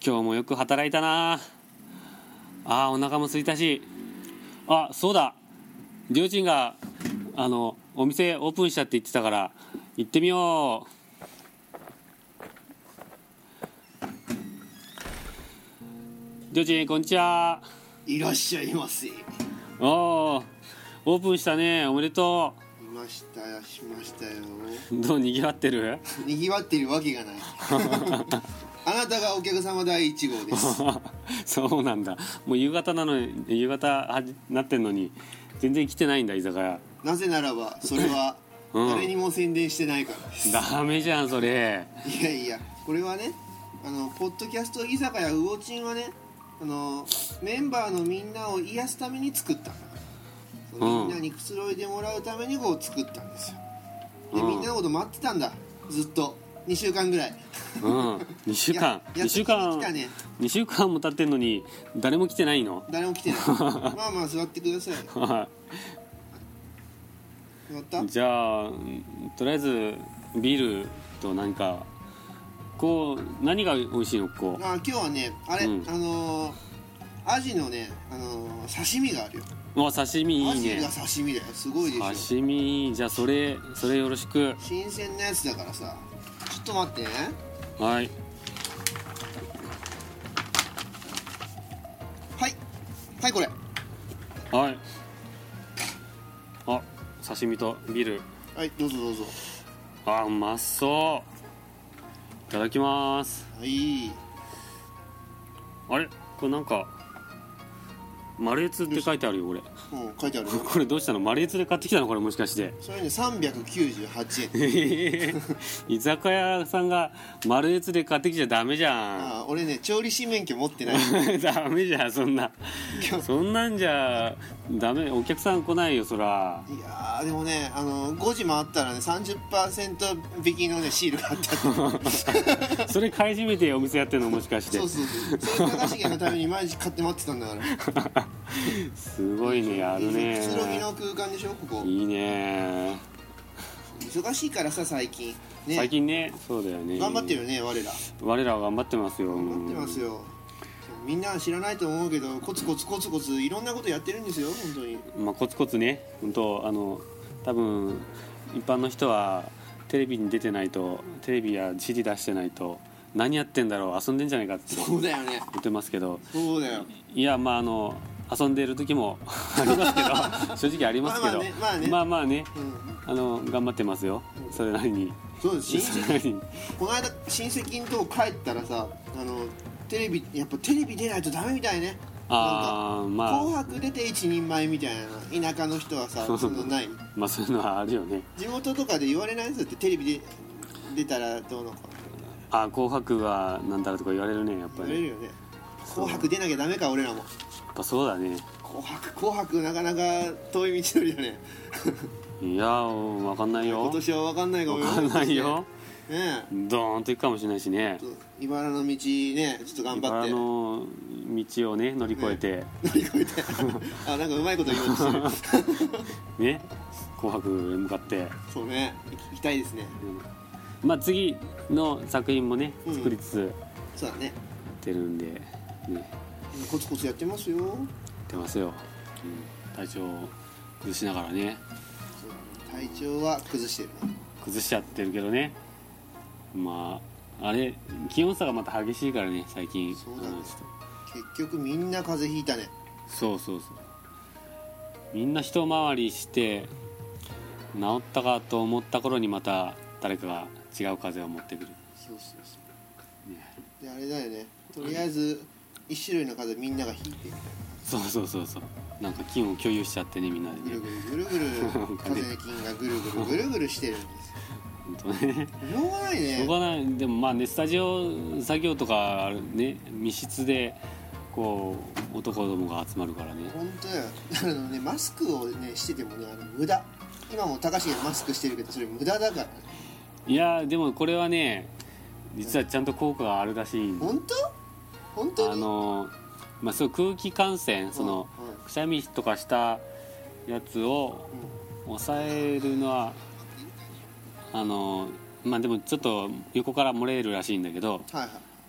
今日もよく働いたなあ。お腹も空いたし、あ、そうだ、りょうちんがお店オープンしたって言ってたから行ってみよう。りょうちん、こんにちは。 いらっしゃいませ。 おープンしたね、おめでといましたしましたよ。 う。どうにぎわってる？ にぎわってるわけがないあなたがお客様第1号ですそうなんだ。もう夕方なのに、夕方なってんのに全然来てないんだ、居酒屋。 なぜならばそれは誰にも宣伝してないからです、 ダメじゃんそれ。 いやいや、これはね、ポッドキャスト居酒屋うおちんはね、メンバーのみんなを癒すために作ったの、みんなにくつろいでもらうためにこう作ったんですよ。で、みんなのこと待ってたんだ、ずっと2週間ぐらい 2週間 2週間来たね。 2週間も経ってんのに誰も来てないの？ 誰も来てないまあまあ座ってください。座った？ じゃあとりあえずビールと何かこう、何が美味しいの？こう、 今日はね、あれ、アジのね、刺身があるよ。 刺身いいね。 アジが刺身だよ、すごいでしょ。 刺身、じゃあそれよろしく。 新鮮なやつだからさ、ちょっと待ってね。 はいはい、これ。 はい。あ、刺身とビール。 はい、どうぞどうぞ。 うまそう。いただきます。 はい。 あれ、これなんかマルエツって書いてあるよ、これ。 書いてあるよこれどうしたの？マルエツで買ってきたの？これもしかして。 それね、398円居酒屋さんがマルエツで買ってきちゃダメじゃん。 俺ね、調理師免許持ってないダメじゃん、そんなんじゃダメ。お客さん来ないよ、そら。 いやでもね、5時回ったらね 30% 引きのねシールが貼ってあってそれ買い占めてお店やってんの？もしかして。 そうそれ高重のために毎日買って待ってたんだからすごいね、やるね。 くつろぎの空間でしょ、ここ。 いいね。 忙しいからさ、最近ね。 最近ね、そうだよね。 頑張ってるよね、我らは頑張ってますよ。 頑張ってますよ。みんなは知らないと思うけど、コツコツいろんなことやってるんですよ、本当に。 コツコツね、本当多分一般の人はテレビに出てないと、テレビや CD 出してないと何やってんだろう、遊んでんじゃないかってそうだよね、 言ってますけど。 そうだよ。 いや、遊んでる時もありますけど正直ありますけど、まあね、頑張ってますよ、それなりに。 そうです、この間親戚のとこ帰ったらさ、やっぱテレビ出ないとダメみたいね。紅白出て一人前みたいな、田舎の人はさ、そんなない。 そういうのはあるよね。 地元とかで言われないですよって、テレビで出たらどうのか。 紅白はなんだらとか言われるね、やっぱり。 言われるよね。紅白出なきゃダメか、俺らも。 やっぱそうだね。 紅白なかなか遠い道のりだねいやー、分かんないよ。 今年は分かんないかも。 分かんないよね。 ドーンといくかもしれないしね。 茨の道ね、ちょっと頑張って。 茨の道をね、乗り越えてなんかうまいこと言おうとしてるね、紅白へ向かって。 そうね、行きたいですね。 次の作品もね、作りつつそうだね、 出るんでね。 コツコツやってますよ。やってますよ。体調を崩しながらね。 体調は崩してるね。 崩しちゃってるけどね。あれ気温差がまた激しいからね、最近。 そうだね。結局みんな風邪ひいたね。 そうみんな一回りして治ったかと思った頃にまた誰かが違う風邪を持ってくる。 そうね。で、あれだよね、とりあえず一種類の風邪みんながひいて、 そうなんか菌を共有しちゃってね、みんなでね。 ぐるぐる風邪菌がぐるぐるしてるんです本当ね。 しょうがないね。 しょうがない。でもね、スタジオ作業とかね、密室でこう男どもが集まるからね。 本当だよ。ね、マスクをねしててもね、無駄。今も高橋がマスクしてるけど、それ無駄だからね。 いやでもこれはね、実はちゃんと効果があるらしい。 本当にそう空気感染、くしゃみとかしたやつを抑えるのは、でもちょっと横から漏れるらしいんだけど、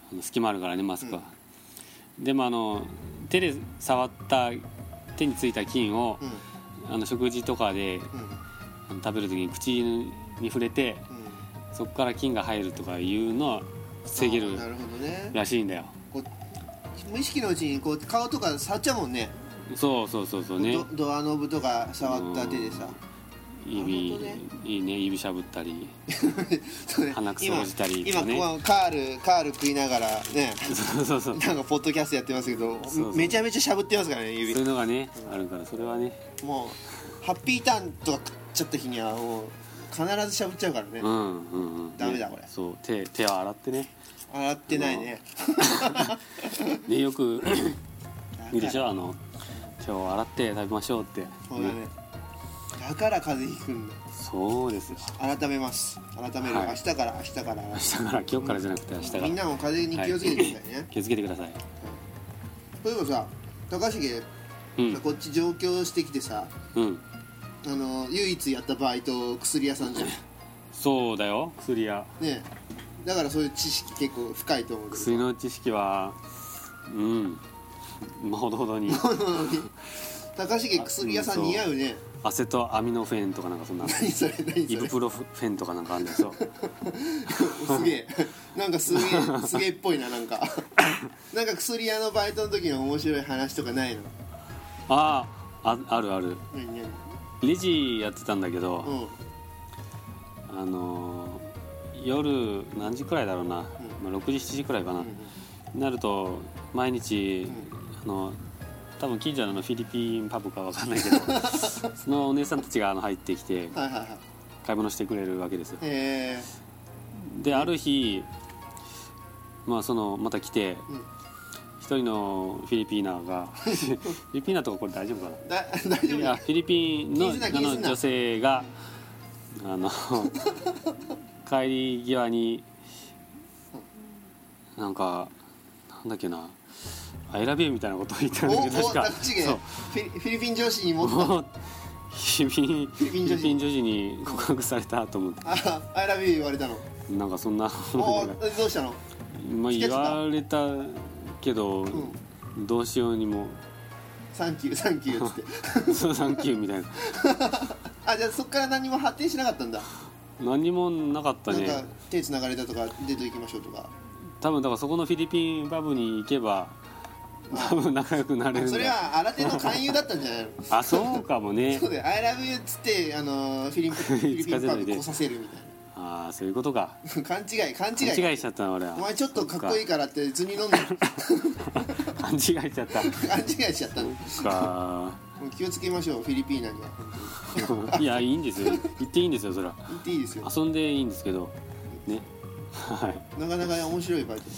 隙間あるからねマスクは、でも手で触った手についた菌を、食事とかで、食べる時に口に触れて、そこから菌が入るとかいうのは防げるらしいんだよ。 無意識のうちにこう顔とか触っちゃうもんね。 そうね。 ドアノブとか触った手でさ、 いいね、指しゃぶったり鼻くそほじったり今カール食いながらねそうなんかポッドキャストやってますけど、めちゃめちゃしゃぶってますからね、指。 そういうのがね、あるから、それはね、 もうハッピーターンとか食っちゃった日にはもう必ずしゃぶっちゃうからね。ダメだこれ。 そう手は洗ってね。 洗ってないね。 ね、よくいいでしょ、手を洗って食べましょうって。 そうだね。だから風邪ひくんだ。 そうですよ。 改める、明日から今日からじゃなくて明日から。 みんなも風邪に気をつけてくださいね。 気をつけてください。 そういえばさ、高重、こっち上京してきてさ、唯一やったバイト薬屋さんじゃん。 そうだよ、薬屋ね。だからそういう知識結構深いと思うけど、 薬の知識はほどほどに高重薬屋さん似合うね。 アセトアミノフェンとかなんかそんな何それイブプロフェンとかなんかあるんですよ。 すげえなんかすげえっぽいな。なんか薬屋のバイトの時の面白い話とかないの？ ある何レジやってたんだけど、夜何時くらいだろうな、6時7時くらいかな、なると毎日、多分近所のフィリピンパブか分かんないけどそのお姉さんたちが入ってきて買い物してくれるわけですよ。である日、また来て、一人のフィリピーナがフィリピーナとかこれ大丈夫かな。 大丈夫。 いや、フィリピンの女性が帰り際になんだっけな、アイラビューみたいなことを言ったんだけど、確かフィリピン女子にもフィリピン女子に告白されたと思って、 アイラビュー言われたの。 なんかそんなどうしたの？ 言われたけど、どうしようにもサンキューってそうサンキューみたいなじゃあそっから何も発展しなかったんだ。 何もなかったね。 なんか手つながれたとかデート行きましょうとか。 多分だからそこのフィリピンパブに行けば多分仲良くなれるんだ。 それは新手の勧誘だったんじゃないの？ そうかもね。 そうだよ、I love you っつってフィリピンパブ来させるみたいな。 そういうことか。 勘違いしちゃったな俺は。 お前ちょっとかっこいいからって図に飲んで勘違いしちゃったのか。気をつけましょう、フィリピーナには。 いや、いいんですよ、行っていいんですよ、それは。 行っていいですよ、 遊んでいいんですけどね。 なかなか面白いバイト。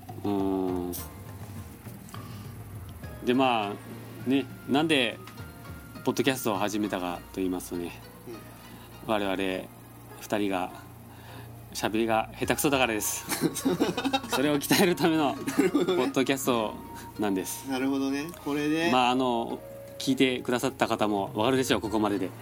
でね、なんでポッドキャストを始めたかと言いますとね、我々2人が喋りが下手くそだからですそれを鍛えるためのポッドキャストなんです。 なるほどね。これで聞いてくださった方も分かるでしょう、ここまでで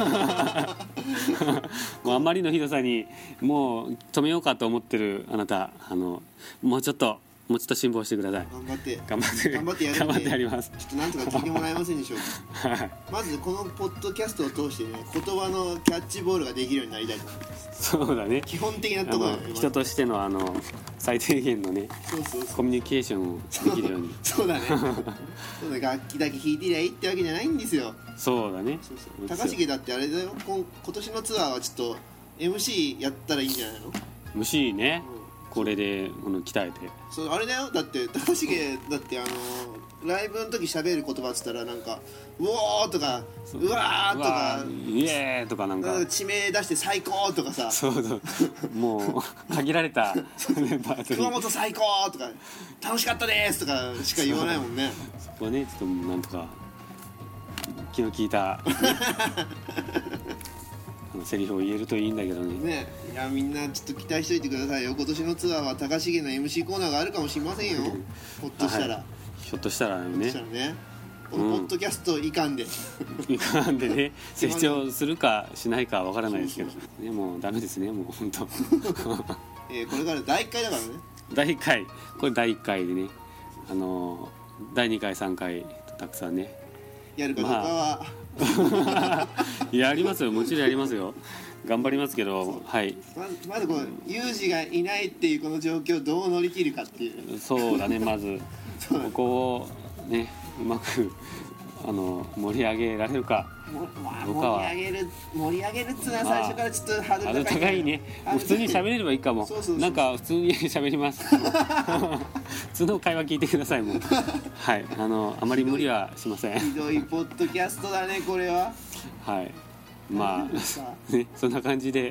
もうあんまりのひどさにもう止めようかと思ってるあなた、もうちょっと辛抱してください。頑張ってやります。 ちょっとなんとか聞いてもらえませんでしょうかまずこのポッドキャストを通してね、言葉のキャッチボールができるようになりたいと思います。 そうだね、 基本的なところ、 人としての最低限のね、コミュニケーションをできるようにそうだねそうだ、楽器だけ弾いてりゃいいってわけじゃないんですよ。 そうだね。 高重だってあれだよ、今年のツアーはちょっと MC やったらいいんじゃないの？ MC ね、これで鍛えて。 そうあれだよ、だって高重だってライブの時喋る言葉っつったらなんかうおーとかうわーとかイエーとかなんか地名出して最高とかさ、 そうもう限られたメンバーと熊本最高とか楽しかったですとかしか言わないもんねそこはね、ちょっとなんとか気の利いたセリフを言えるといいんだけどね。 いや、みんなちょっと期待しといてくださいよ。今年のツアーは高重の MC コーナーがあるかもしれませんよひょっとしたら、 ひょっとしたらね、 このポッドキャストいかんでね成長するかしないかわからないですけどね、もうダメですね、もう本当これから第1回だからね。 第1回これ第1回でね第2回3回とたくさんねやるかどうかは、 やりますよ、もちろんやりますよ、頑張りますけど、はい、 まずこのユージがいないっていうこの状況をどう乗り切るかっていう。 そうだね、まずここをねうまく盛り上げられるかどうかは。 盛り上げるっていうのは最初からちょっとハードル高いね。普通に喋れればいいかも。なんか普通に喋ります普通の会話聞いてくださいもうはい、あまり無理はしません。 ひどいポッドキャストだねこれは。 はい、まあね、そんな感じで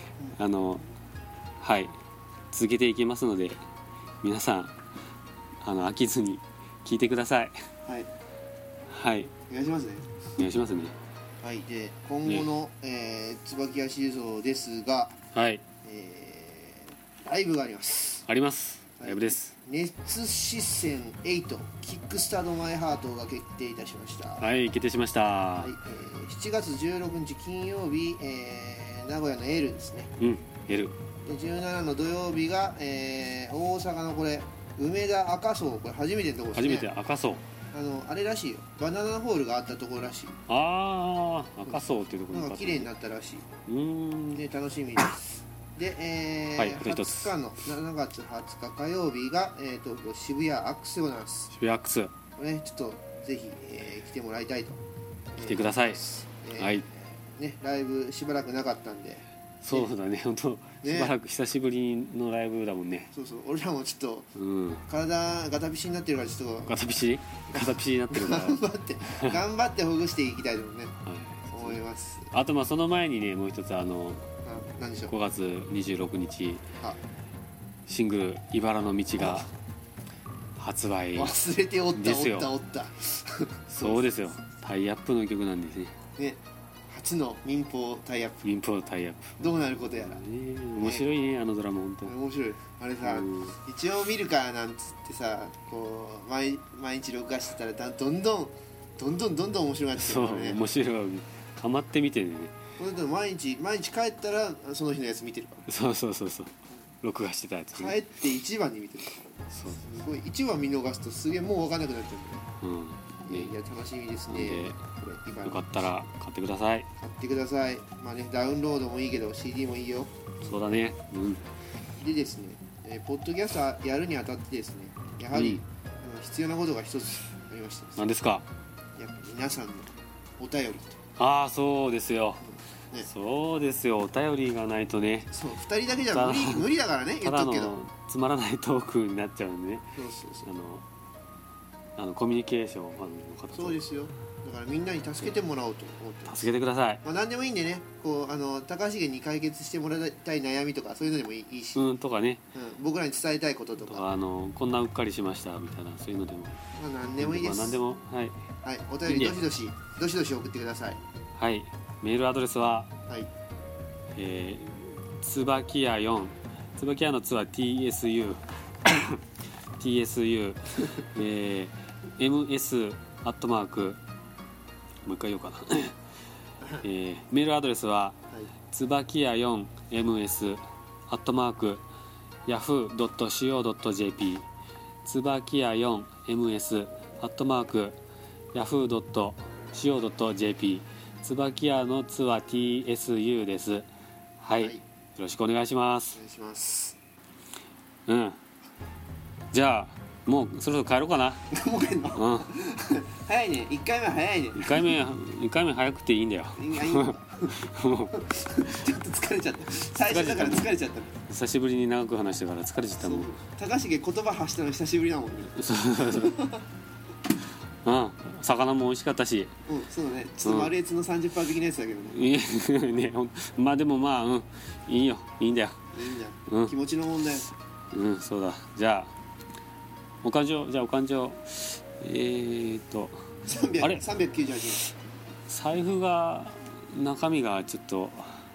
はい続けていきますので、皆さん飽きずに聞いてください。 はい、 はい、 お願いしますね。 お願いしますね。 はい、で今後の、椿屋シリーズですが、 はい、 ライブがあります。 あります。ライブです。 熱視線8キックスタートマイハートが決定いたしました。 はい、決定しました。 はい、7月16日金曜日、名古屋のエルですね。 うん、エル。 で17の土曜日が、大阪のこれ梅田赤荘、これ初めてのところですね。 初めて赤荘。 あれらしいよ、バナナホールがあったところらしい。 ああ、赤荘っていうところなんか綺麗になったらしい。で楽しみです。で、 はい、あと一つ 20日の7月20日火曜日が、東京渋谷アックスでございます。 渋谷アックス、 これねちょっとぜひ、来てもらいたいと。 来てください。はいね、ライブしばらくなかったんで。 そうだね、本当、しばらく久しぶりのライブだもんね。 そうそう、俺らもちょっと、体ガタピシになってるからちょっとガタピシになってるから頑張ってほぐしていきたいと思います。 あとまあその前にね、もう一つ何でしょう、 5月26日シングル「茨の道」が発売忘れておったそうですよ、タイアップの曲なんですね。 初の民放タイアップ。どうなることやら。 面白いね、あのドラマ。本当面白い。あれさ、一応見るかなんつってさ、こう毎日録画してたらどんどん面白くなってくるからね。 そう面白い、ハマって見てね。 毎日帰ったらその日のやつ見てるから。 そう録画してたやつ、 帰って一番に見てる。すごい、一番見逃すとすげえもう分かんなくなっちゃうんで。いや楽しみですね。 よかったら買ってください。 まあね、ダウンロードもいいけど CD もいいよ。 そうだね。 でですね、ポッドキャストやるにあたってですね、やはり、必要なことが一つありましてですね。 何ですか？ やっぱ皆さんのお便りと。 ああ、そうですよ。そうですよ、お便りがないとね。 そう、2人だけじゃ無理だからね。言っとくけど、 つまらないトークになっちゃうんでね。コミュニケーションの方。 そうですよ。だからみんなに助けてもらおうと思ってます。 助けてください。 何でもいいんでね、こう高重に解決してもらいたい悩みとかそういうのでもいいし、 とかね、 僕らに伝えたいこととか、 こんなうっかりしましたみたいな、そういうのでも、 何でもいいです。 何でも、はい、 お便りどしどし送ってください。はい、 メールアドレスは、椿屋4、椿屋のつは TSU ms アットマーク、もう一回言おうかなメールアドレスは、椿屋 4ms アットマーク yahoo.co.jp、 椿屋 4ms アットマーク yahoo.co.jp、 椿屋のつは TSU です。はい、よろしくお願いします。じゃあもうそろそろ帰ろうかな。 もう帰んの？早いね。1回目は早いね。 1回目早くていいんだよ。 いいもうちょっと疲れちゃった。最初だから疲れちゃった。 久しぶりに長く話してから疲れちゃったもん。 高重言葉発したの久しぶりだもんね。 魚も美味しかったし。 そうだね。ちょっと丸越の30%的なやつだけどね。 ね、まあでもいいよ、いいんだよ。 気持ちの問題。 そうだ。じゃあお勘定あれ 398円。 財布が中身がちょっと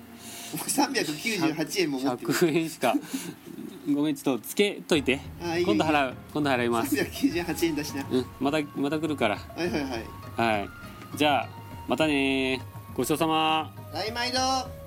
398円も持ってる。 100円しかごめん、ちょっとつけといて。今度払います。 398円だしな。 また来るから。はい、じゃあまたね、ごちそうさま。 はい、毎度。